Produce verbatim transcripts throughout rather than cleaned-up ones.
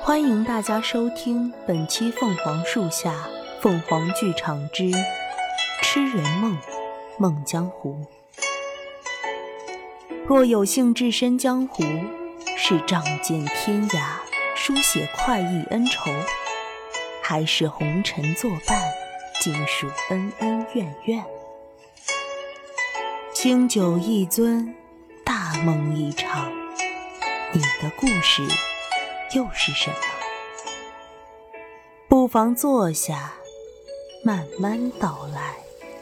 欢迎大家收听本期凤凰树下凤凰剧场之痴人梦梦江湖。若有幸置身江湖，是仗剑天涯，书写快意恩仇，还是红尘作伴，尽数恩恩怨怨？清酒一樽，大梦一场，你的故事又是什么？不妨坐下，慢慢道来。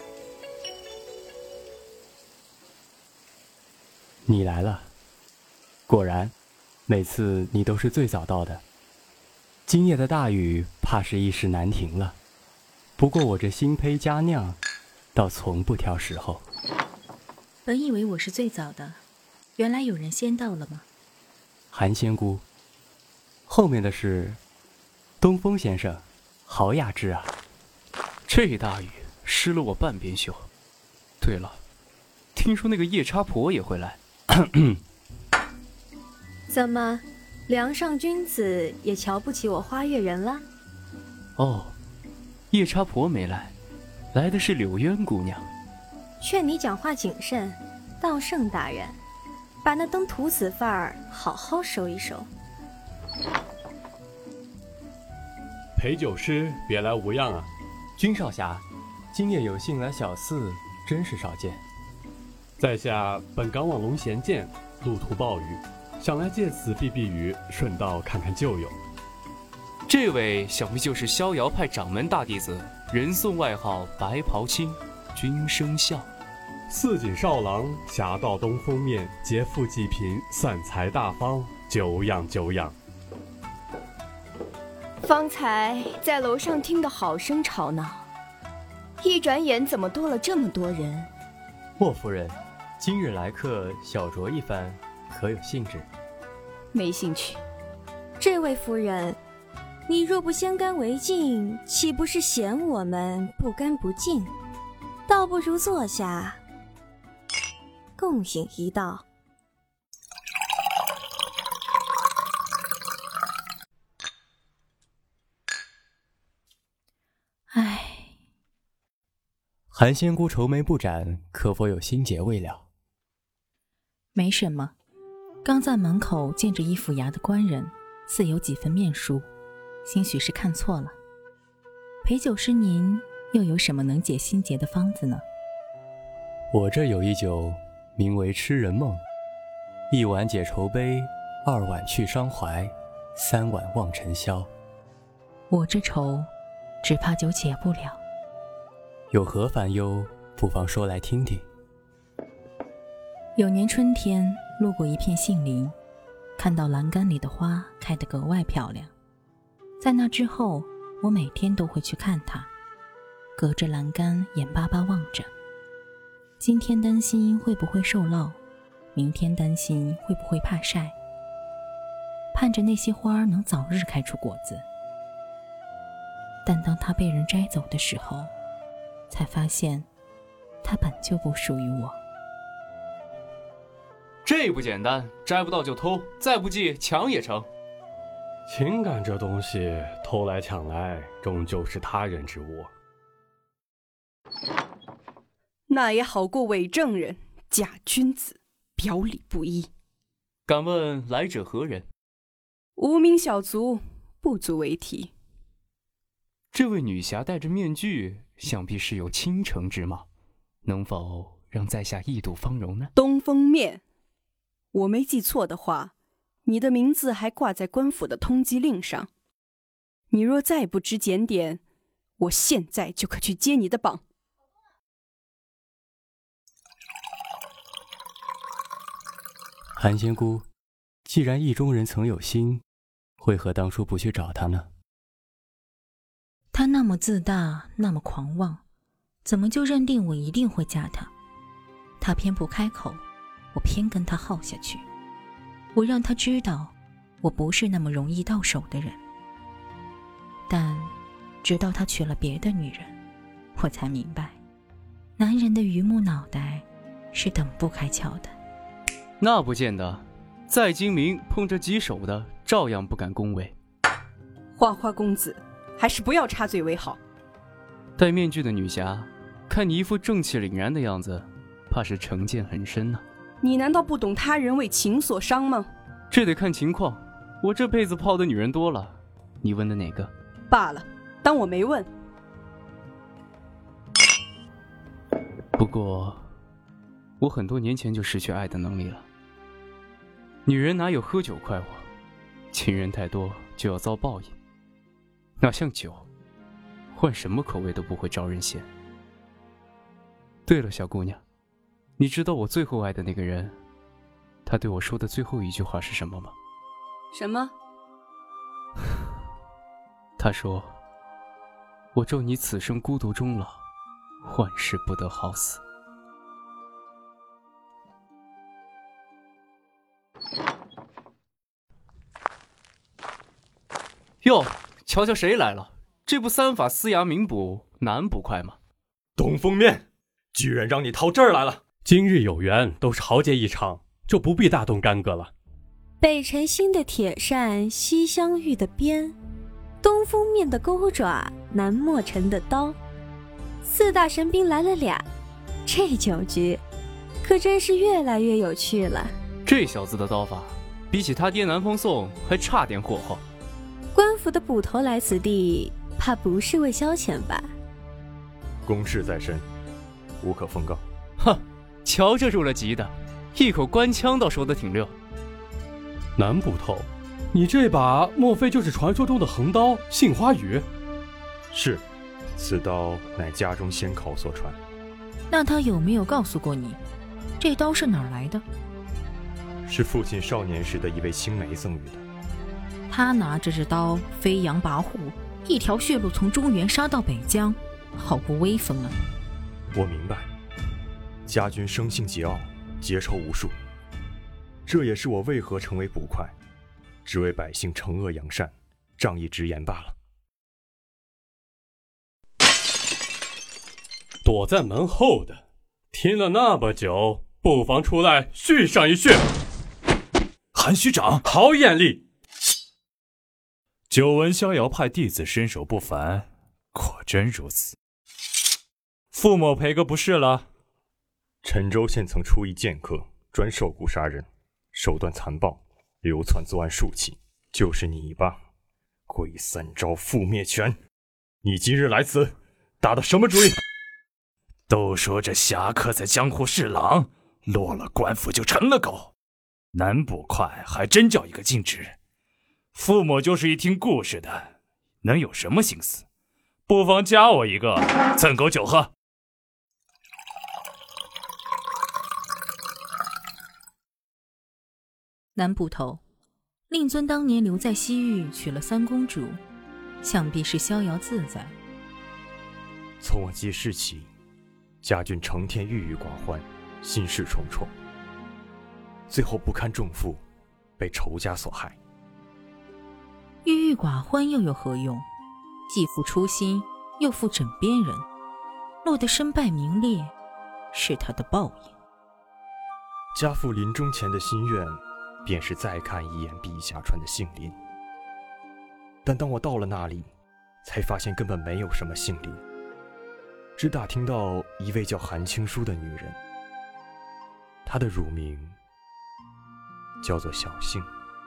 你来了，果然，每次你都是最早到的。今夜的大雨怕是一时难停了，不过我这新胚佳酿，倒从不挑时候。 本以为我是最早的，原来有人先到了吗？ 韩仙姑，后面的是东风先生，好雅致啊！ 这大雨湿了我半边袖。对了，听说那个夜叉婆也会来。 怎么，梁上君子也瞧不起我花月人了？ 哦，夜叉婆没来，来的是柳渊姑娘。 劝你讲话谨慎，道圣大人，把那登徒子范儿好好收一收。 陪酒师别来无恙啊。 君少侠，今夜有幸来小寺，真是少见。 在下本刚往龙贤见，路途暴雨，想来借此避避雨，顺道看看旧友。 这位想必就是逍遥派掌门大弟子，人送外号白袍青，君生笑。 四锦少郎，侠盗东风面，劫富济贫，散财大方，久仰久仰。 方才在楼上听得好生吵闹，一转眼怎么多了这么多人？ 莫夫人，今日来客，小酌一番，可有兴致？ 没兴趣。 这位夫人，你若不先干为敬，岂不是嫌我们不干不净？倒不如坐下，共饮一道。 唉， 韩仙姑愁眉不展，可否有心结未了？ 没什么，刚在门口见着一府衙的官人，似有几分面熟，兴许是看错了。陪酒师您又有什么能解心结的方子呢？ 我这有一酒，名为痴人梦，一碗解愁悲，二碗去伤怀，三碗忘尘嚣。 我这愁只怕酒解不了。 有何烦忧，不妨说来听听。 有年春天，路过一片杏林，看到栏杆里的花开得格外漂亮。在那之后，我每天都会去看它，隔着栏杆眼巴巴望着。今天担心会不会受涝，明天担心会不会怕晒，盼着那些花能早日开出果子。但当它被人摘走的时候，才发现它本就不属于我。 这不简单，摘不到就偷，再不济抢也成。 情感这东西，偷来抢来，终究是他人之物。 那也好过伪正人，假君子，表里不一。 敢问来者何人？ 无名小卒，不足为提。 这位女侠戴着面具，想必是有倾城之貌，能否让在下一睹芳容呢？ 东风面，我没记错的话，你的名字还挂在官府的通缉令上。你若再不知检点，我现在就可去接你的榜。 韩仙姑，既然意中人曾有心，为何当初不去找他呢？ 他那么自大，那么狂妄，怎么就认定我一定会嫁他？他偏不开口，我偏跟他耗下去。我让他知道，我不是那么容易到手的人。但直到他娶了别的女人，我才明白，男人的榆木脑袋是等不开窍的。 那不见得，再精明碰着棘手的，照样不敢恭维。 花花公子，还是不要插嘴为好。 戴面具的女侠，看你一副正气凛然的样子，怕是成见很深呢、啊。 你难道不懂他人为情所伤吗？ 这得看情况，我这辈子泡的女人多了，你问的哪个？ 罢了，当我没问。 不过，我很多年前就失去爱的能力了。女人哪有喝酒快活？情人太多就要遭报应。哪像酒，换什么口味都不会招人嫌。对了，小姑娘，你知道我最后爱的那个人，他对我说的最后一句话是什么吗？ 什么？ 他说：“我咒你此生孤独终老，万事不得好死。”哟，瞧瞧谁来了！这不三法司衙名捕难捕快吗？ 东风面，居然让你逃这儿来了！ 今日有缘，都是豪杰一场，就不必大动干戈了。 北辰星的铁扇，西厢玉的鞭，东风面的钩爪，南莫尘的刀，四大神兵来了俩，这酒局可真是越来越有趣了。 这小子的刀法，比起他爹南风颂还差点火候。 官府的捕头来此地，怕不是为消遣吧？ 公事在身，无可奉告。 哼，瞧这入了籍的，一口官腔倒说得挺溜。 南捕头，你这把莫非就是传说中的横刀杏花雨？ 是，此刀乃家中先考所传。 那他有没有告诉过你，这刀是哪儿来的？ 是父亲少年时的一位青梅赠予的。 他拿着这刀飞扬跋扈，一条血路从中原杀到北疆，好不威风啊！ 我明白，家君生性桀骜，结仇无数，这也是我为何成为捕快，只为百姓惩恶扬善，仗义直言罢了。 躲在门后的，听了那么久，不妨出来续上一续。 韩虚长， 好眼力！ 久闻逍遥派弟子身手不凡，果真如此。傅某赔个不是了。 陈州县曾出一剑客，专受雇杀人，手段残暴，流窜作案数起，就是你吧？会三招覆灭拳，你今日来此，打的什么主意？ 都说这侠客在江湖是狼，落了官府就成了狗。南捕快还真叫一个尽职。傅某就是一听故事的，能有什么心思？不妨加我一个，蹭口酒喝。 南捕头，令尊当年留在西域娶了三公主，想必是逍遥自在。 从我记事起，家君成天郁郁寡欢，心事重重，最后不堪重负，被仇家所害。 郁郁寡欢又有何用？既负初心，又负枕边人，落得身败名裂，是他的报应。 家父临终前的心愿，便是再看一眼笔下穿的杏林。但当我到了那里，才发现根本没有什么杏林，只打听到一位叫韩青书的女人，她的乳名叫做小杏。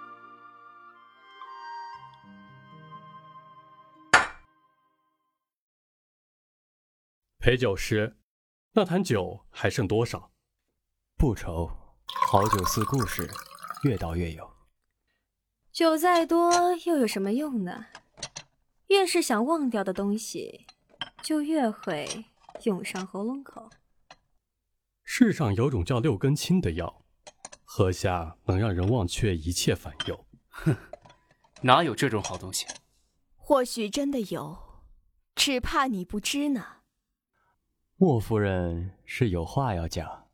陪酒师，那坛酒还剩多少？ 不愁，好酒似故事，越倒越有。 酒再多又有什么用呢？越是想忘掉的东西，就越会涌上喉咙口。 世上有种叫六根清的药，喝下能让人忘却一切烦忧。 哼，哪有这种好东西？ 或许真的有，只怕你不知呢。 莫夫人是有话要讲。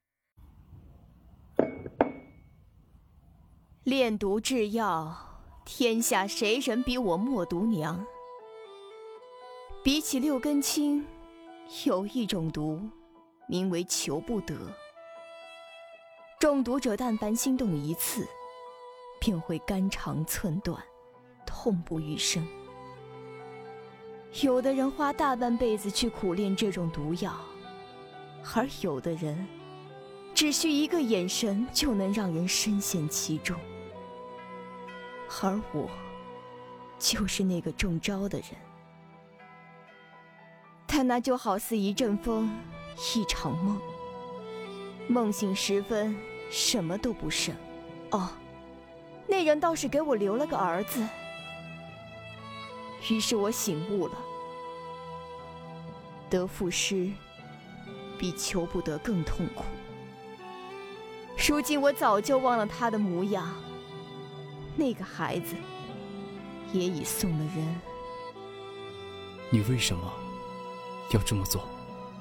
炼毒制药，天下谁人比我默毒娘？比起六根清，有一种毒，名为求不得。中毒者但凡心动一次，便会肝肠寸断， 痛不欲生。有的人花大半辈子去苦练这种毒药，而有的人只需一个眼神就能让人深陷其中。而我就是那个中招的人。但那就好似一阵风，一场梦。梦醒时分，什么都不剩。哦，那人倒是给我留了个儿子。于是我醒悟了，得父失比求不得更痛苦。如今我早就忘了他的模样，那个孩子也已送了人。 你为什么要这么做？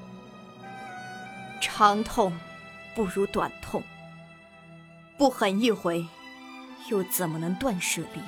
长痛不如短痛，不狠一回，又怎么能断舍离？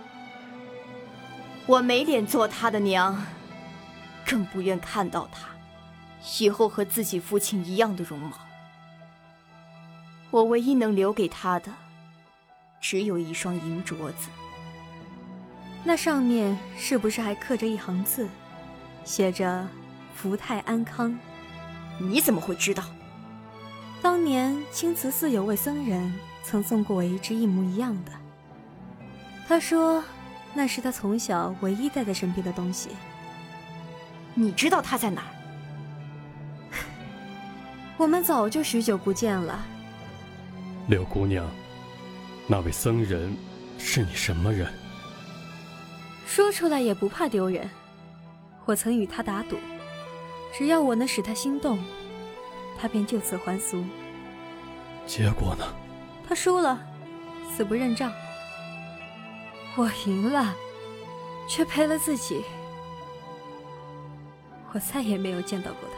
我没脸做他的娘，更不愿看到他以后和自己父亲一样的容貌。我唯一能留给他的，只有一双银镯子。 那上面是不是还刻着一行字，写着福泰安康？ 你怎么会知道？ 当年青瓷寺有位僧人曾送过我一只一模一样的，他说那是他从小唯一带在身边的东西。 你知道他在哪儿？ 我们早就许久不见了。 柳姑娘，那位僧人是你什么人？ 说出来也不怕丢人。我曾与他打赌，只要我能使他心动，他便就此还俗。 结果呢？ 他输了，死不认账。我赢了，却赔了自己。我再也没有见到过他。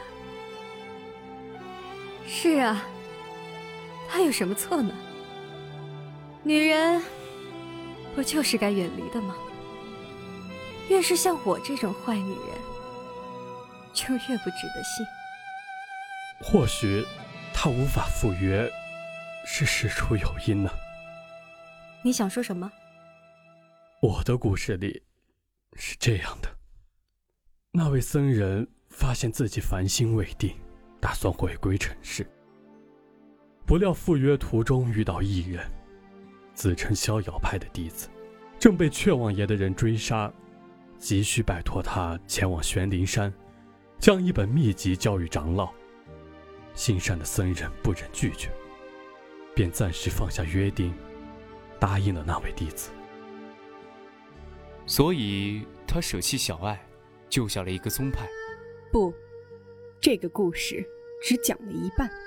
是啊，他有什么错呢？女人不就是该远离的吗？越是像我这种坏女人，就越不值得信。 或许他无法赴约，是事出有因呢。 你想说什么？ 我的故事里是这样的：那位僧人发现自己凡心未定，打算回归尘世。不料赴约途中遇到一人，自称逍遥派的弟子，正被阙王爷的人追杀，急需拜托他前往玄灵山，将一本秘籍交予长老。心善的僧人不忍拒绝，便暂时放下约定，答应了那位弟子。 所以他舍弃小爱，救下了一个宗派。 不，这个故事只讲了一半。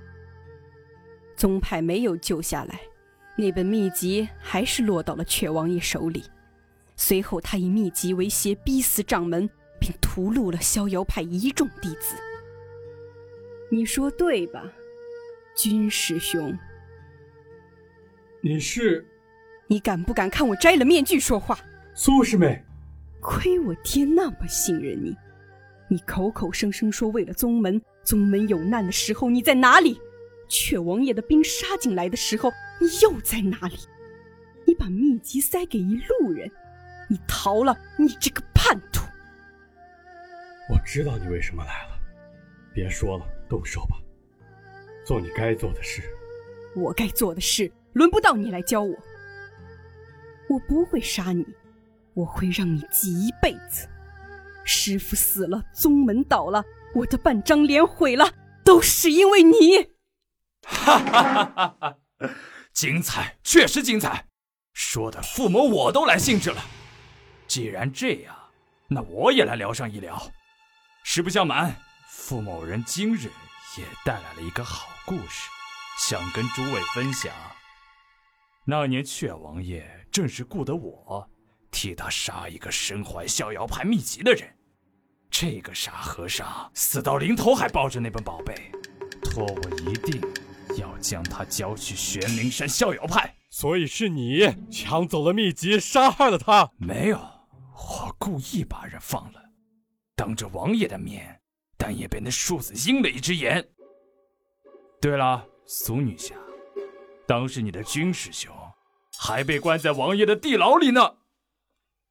宗派没有救下来，那本秘籍还是落到了阙王爷手里。随后他以秘籍为胁逼死掌门，并屠戮了逍遥派一众弟子。你说对吧，军师兄？ 你是？ 你敢不敢看我摘了面具说话？ 苏师妹， 亏我爹那么信任你，你口口声声说为了宗门，宗门有难的时候你在哪里？阙王爷的兵杀进来的时候你又在哪里？你把秘籍塞给一路人，你逃了，你这个叛徒！ 我知道你为什么来了，别说了，动手吧，做你该做的事。 我该做的事轮不到你来教我。我不会杀你，我会让你记一辈子。师父死了，宗门倒了，我的半张脸毁了，都是因为你。 哈哈哈哈！精彩，确实精彩，说的父母我都来兴致了。既然这样，那我也来聊上一聊。实不相瞒，傅某人今日也带来了一个好故事，想跟诸位分享。那年阙王爷正是雇得我替他杀一个身怀逍遥派秘籍的人。这个傻和尚死到临头还抱着那本宝贝，托我一定要将他交去玄灵山逍遥派。 所以是你抢走了秘籍，杀害了他？ 没有，我故意把人放了，当着王爷的面，但也被那庶子鹰了一只眼。对了，苏女侠，当时你的军师兄还被关在王爷的地牢里呢。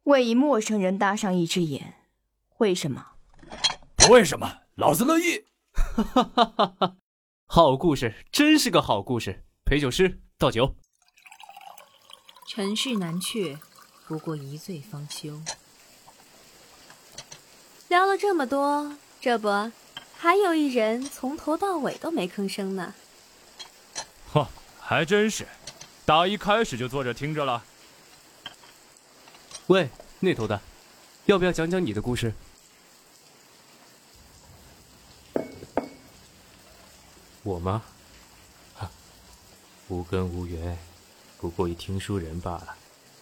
为一陌生人搭上一只眼，为什么？ 不为什么，老子乐意。 哈哈哈哈哈！好故事，真是个好故事。陪酒师，倒酒。 尘世难却，不过一醉方休。 聊了这么多，这不还有一人从头到尾都没吭声呢。 嚯，还真是，打一开始就坐着听着了。 喂，那头的，要不要讲讲你的故事？ 我吗？哈，无根无源，不过一听书人罢了。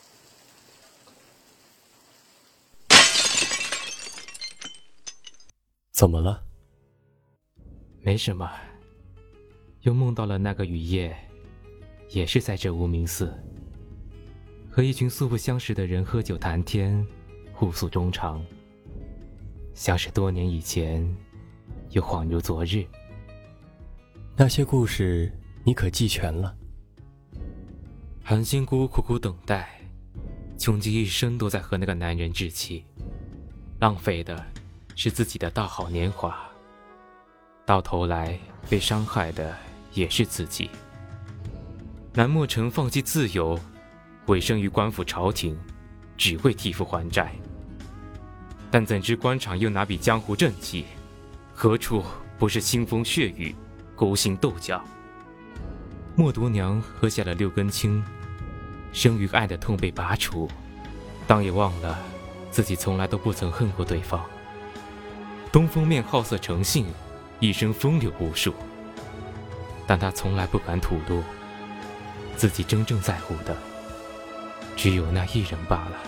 怎么了？ 没什么，又梦到了那个雨夜，也是在这无名寺，和一群素不相识的人喝酒谈天，互诉衷肠，像是多年以前，又恍如昨日。 那些故事你可记全了？ 韩仙姑苦苦等待，穷极一生都在和那个男人置气，浪费的是自己的大好年华，到头来被伤害的也是自己。南莫城放弃自由，委身于官府朝廷，只为替父还债。但怎知官场又哪比江湖正气？何处不是腥风血雨，勾心斗角？默毒娘喝下了六根清，生于爱的痛被拔除，当也忘了自己从来都不曾恨过对方。东风面好色成性，一生风流无数，但他从来不敢吐露，自己真正在乎的只有那一人罢了。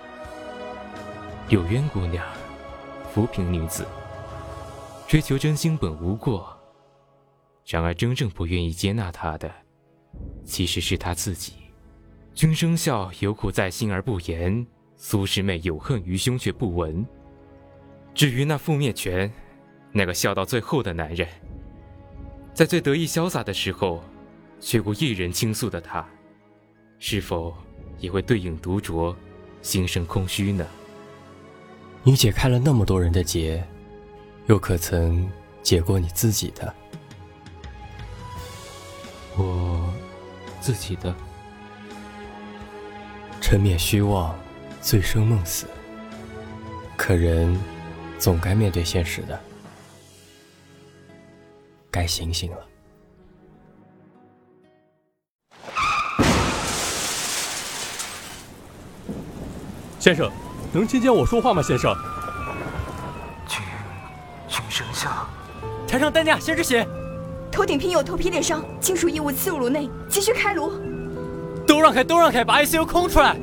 柳渊姑娘，扶贫女子，追求真心本无过，然而真正不愿意接纳她的，其实是她自己。君生笑有苦在心而不言，苏师妹有恨于胸却不闻。至于那傅灭权，那个笑到最后的男人，在最得意潇洒的时候，却无一人倾诉的他，是否也会对影独酌，心生空虚呢？ 你解开了那么多人的结，又可曾解过你自己的？ 我自己的。 沉湎虚妄，醉生梦死，可人总该面对现实的，该醒醒了。 先生，能听见我说话吗？先生。 君君生笑。 台上担架，先止血。 头顶拼有头皮裂伤，金属异物刺入颅内，急需开颅。 都让开，都让开，把 I C U 空出来。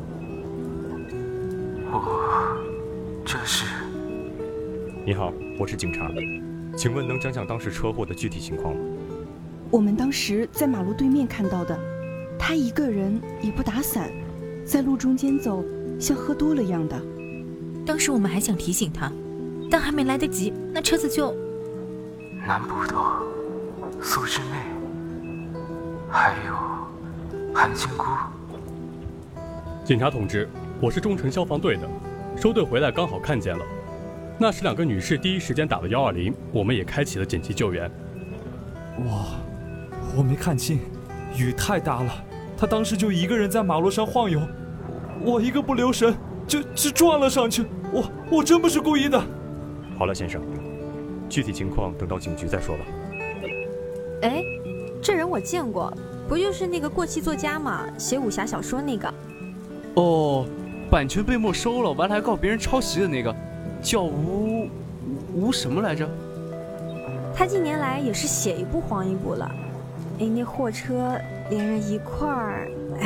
我这是…… 你好，我是警察，请问能讲讲当时车祸的具体情况吗？ 我们当时在马路对面看到的，他一个人也不打伞，在路中间走，像喝多了样的。 当时我们还想提醒他，但还没来得及，那车子就…… 南捕头、苏师妹，还有韩仙姑。 警察同志，我是中城消防队的，收队回来刚好看见了。那时两个女士第一时间打了一二零，我们也开启了紧急救援。 哇，我没看清，雨太大了，他当时就一个人在马路上晃悠，我一个不留神就就撞了上去，我我真不是故意的。 好了，先生，具体情况等到警局再说吧。 哎，这人我见过，不就是那个过气作家吗？写武侠小说那个。 哦，版权被没收了，完了还告别人抄袭的那个，叫吴吴什么来着？ 他近年来也是写一部黄一部了。哎，那货车连人一块儿，哎，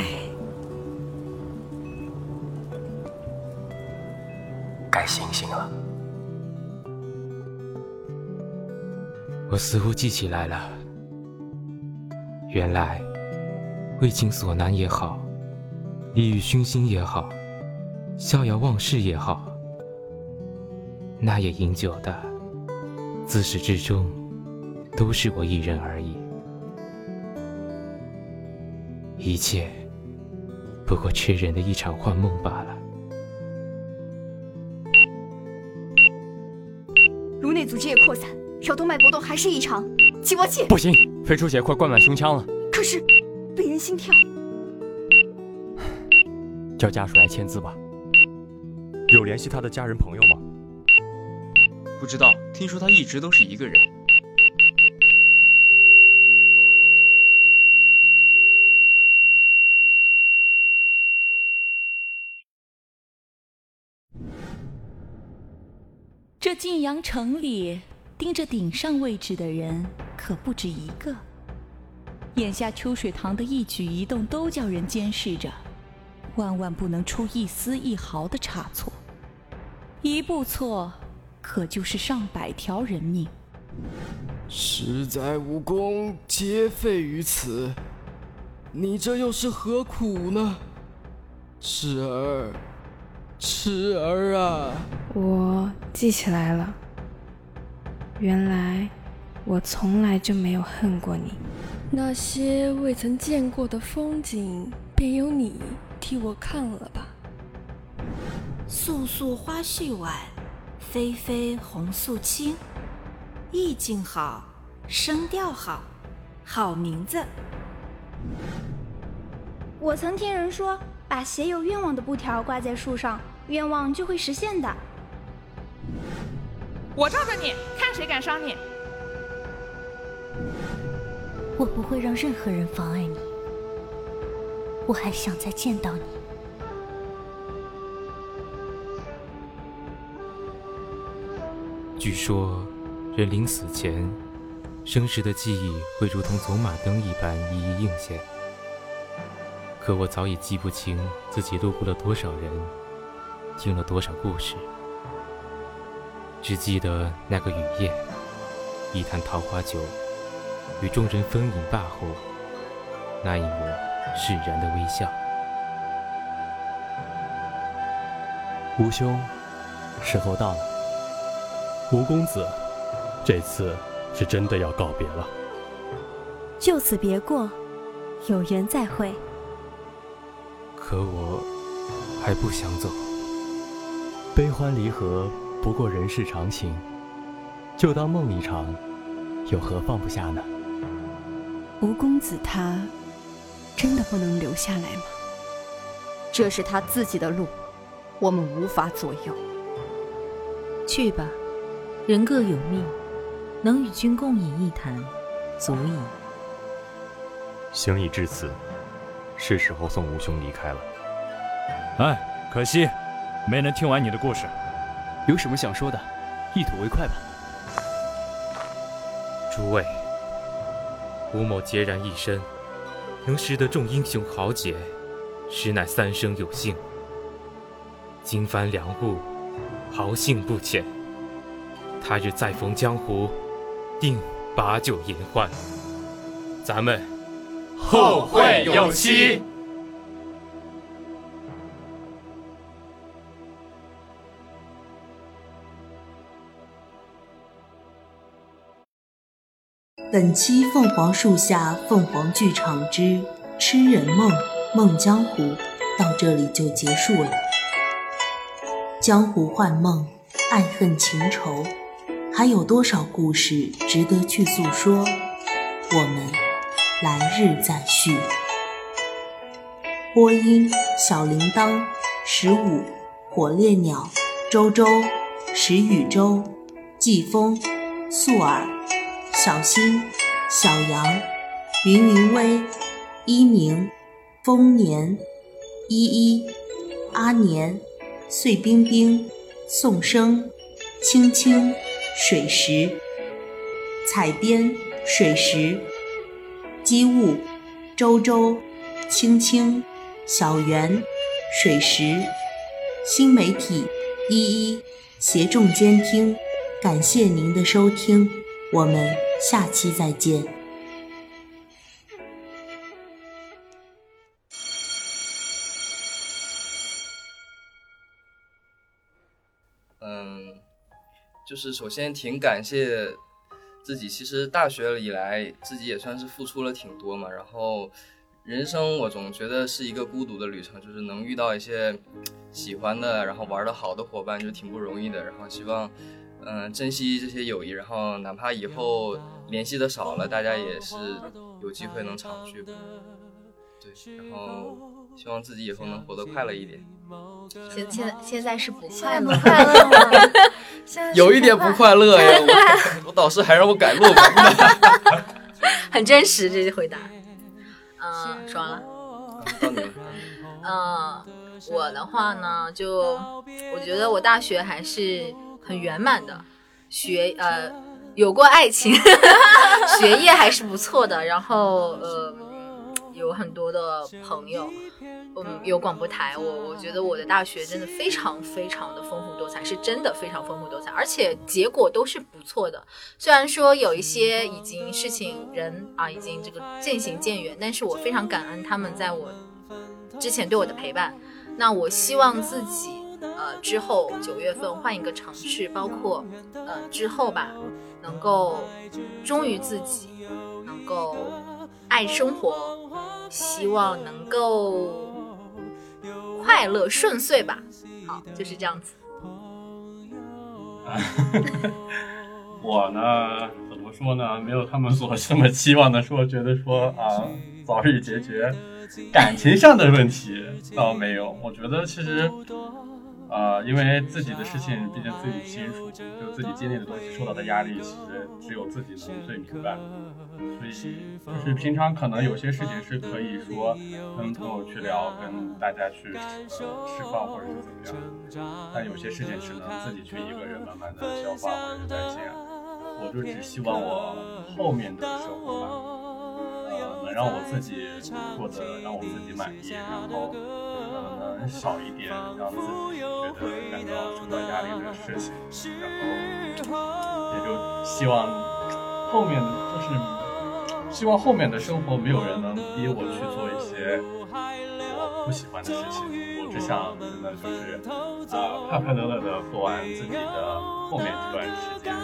该醒醒了。 我似乎记起来了，原来为情所难也好，利欲熏心也好，逍遥忘事也好，那也饮酒的，自始至终都是我一人而已。一切不过痴人的一场幻梦罢了。 这组织也扩散，扰动脉搏动还是异常，起搏器不行，肺出血快灌满胸腔了。 可是病人心跳。 叫家属来签字吧。 有联系他的家人朋友吗？ 不知道，听说他一直都是一个人。 这晋阳城里盯着顶上位置的人可不止一个，眼下秋水堂的一举一动都叫人监视着，万万不能出一丝一毫的差错，一步错可就是上百条人命。 实在无功，皆废于此，你这又是何苦呢？痴儿，痴儿啊！ 我记起来了，原来我从来就没有恨过你。那些未曾见过的风景，便由你替我看了吧。 素素花絮晚，霏霏红素清，意境好，声调好，好名字。 我曾听人说，把写有愿望的布条挂在树上，愿望就会实现的。 我罩着你，看谁敢伤你！ 我不会让任何人妨碍你，我还想再见到你。 据说，人临死前，生时的记忆会如同走马灯一般一一映现。可我早已记不清自己路过了多少人，听了多少故事，只记得那个雨夜，一坛桃花酒，与众人分饮罢后，那一抹释然的微笑。 吴兄，时候到了。 吴公子，这次是真的要告别了。 就此别过，有缘再会。 可我还不想走。 悲欢离合不过人世常情，就当梦一场，有何放不下呢？ 吴公子他真的不能留下来吗？ 这是他自己的路，我们无法左右。 去吧，人各有命，能与君共饮一坛，足矣。 行已至此，是时候送吴兄离开了。 哎，可惜没能听完你的故事。 有什么想说的，一吐为快吧。 诸位，吴某孑然一身，能识得众英雄豪杰，实乃三生有幸。今番良物，豪幸不浅。他日再逢江湖，定把酒言欢。咱们后会有期。 本期凤凰树下凤凰剧场之痴人梦梦江湖到这里就结束了。江湖幻梦，爱恨情仇，还有多少故事值得去诉说？我们来日再续。播音：小铃铛、十五、火烈鸟、周周、石宇洲、季风、素尔、小新、小杨、云云微、一鸣、丰年、依依、阿年、碎冰冰、宋生、青青、水石、彩边、水石、机务、周周、青青、小圆、水石、新媒体、依依协众监听，感谢您的收听，我们下期再见。 嗯，就是首先挺感谢自己，其实大学以来自己也算是付出了挺多嘛，然后人生我总觉得是一个孤独的旅程，就是能遇到一些喜欢的然后玩得好的伙伴就挺不容易的，然后希望嗯、呃、珍惜这些友谊，然后哪怕以后联系的少了，大家也是有机会能常聚吧。对，然后希望自己以后能活得快乐一点。 现现在现在是不快乐， 不快乐吗？ 有一点不快乐呀，我我导师还让我改论文呢。 很真实这些回答。嗯、呃，说完了。 到你了。 嗯、呃，我的话呢，就我觉得我大学还是很圆满的，学呃有过爱情，学业还是不错的，然后呃。有很多的朋友，嗯，有广播台，我我觉得我的大学真的非常非常的丰富多彩，是真的非常丰富多彩，而且结果都是不错的。虽然说有一些已经事情人啊已经这个渐行渐远，但是我非常感恩他们在我之前对我的陪伴。那我希望自己呃之后九月份换一个城市，包括呃之后吧，能够忠于自己，能够爱生活。希望能够快乐顺遂吧。好，就是这样子。 我呢，怎么说呢？没有他们所这么期望的说，觉得说啊，早日解决感情上的问题，倒没有。我觉得其实，呃，因为自己的事情，毕竟自己清楚，就自己经历的东西，受到的压力，其实只有自己能最明白。所以就是平常可能有些事情是可以说跟朋友去聊，跟大家去呃释放或者是怎么样，但有些事情只能自己去一个人慢慢的消化或者是再见。我就只希望我后面的生活吧，呃，能让我自己过得让我自己满意，然后呃能少一点让自己觉得感到受到压力的事情，然后也就希望后面就是希望后面的生活没有人能逼我去做一些我不喜欢的事情，我只想真的就是啊、呃、快快乐乐的过完自己的后面这段时间。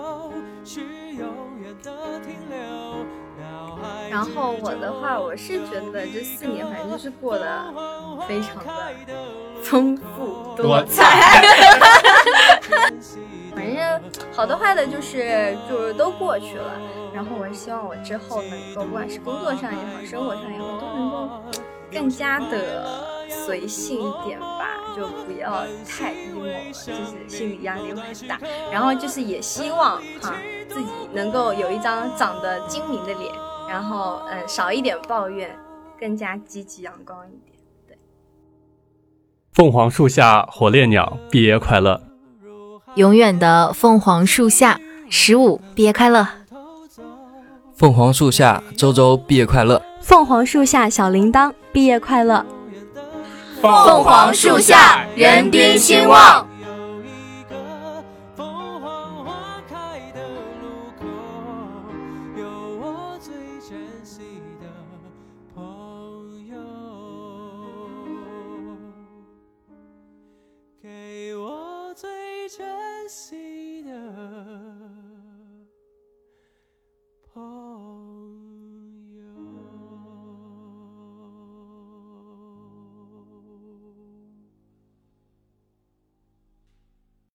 然后我的话，我是觉得这四年反正就是过得非常的丰富多彩。反正好的坏的就是就是都过去了，然后我是希望我之后能够不管是工作上也好，生活上也好，都能够更加的随性一点吧，就不要太 emo 了，就是心理压力会很大。然后就是也希望哈自己能够有一张长得精明的脸，然后嗯少一点抱怨，更加积极阳光一点。对。 凤凰树下火烈鸟，毕业快乐。 永远的凤凰树下，十五毕业快乐。 凤凰树下，周周毕业快乐。 凤凰树下小铃铛，毕业快乐。 凤凰树下，人丁兴旺。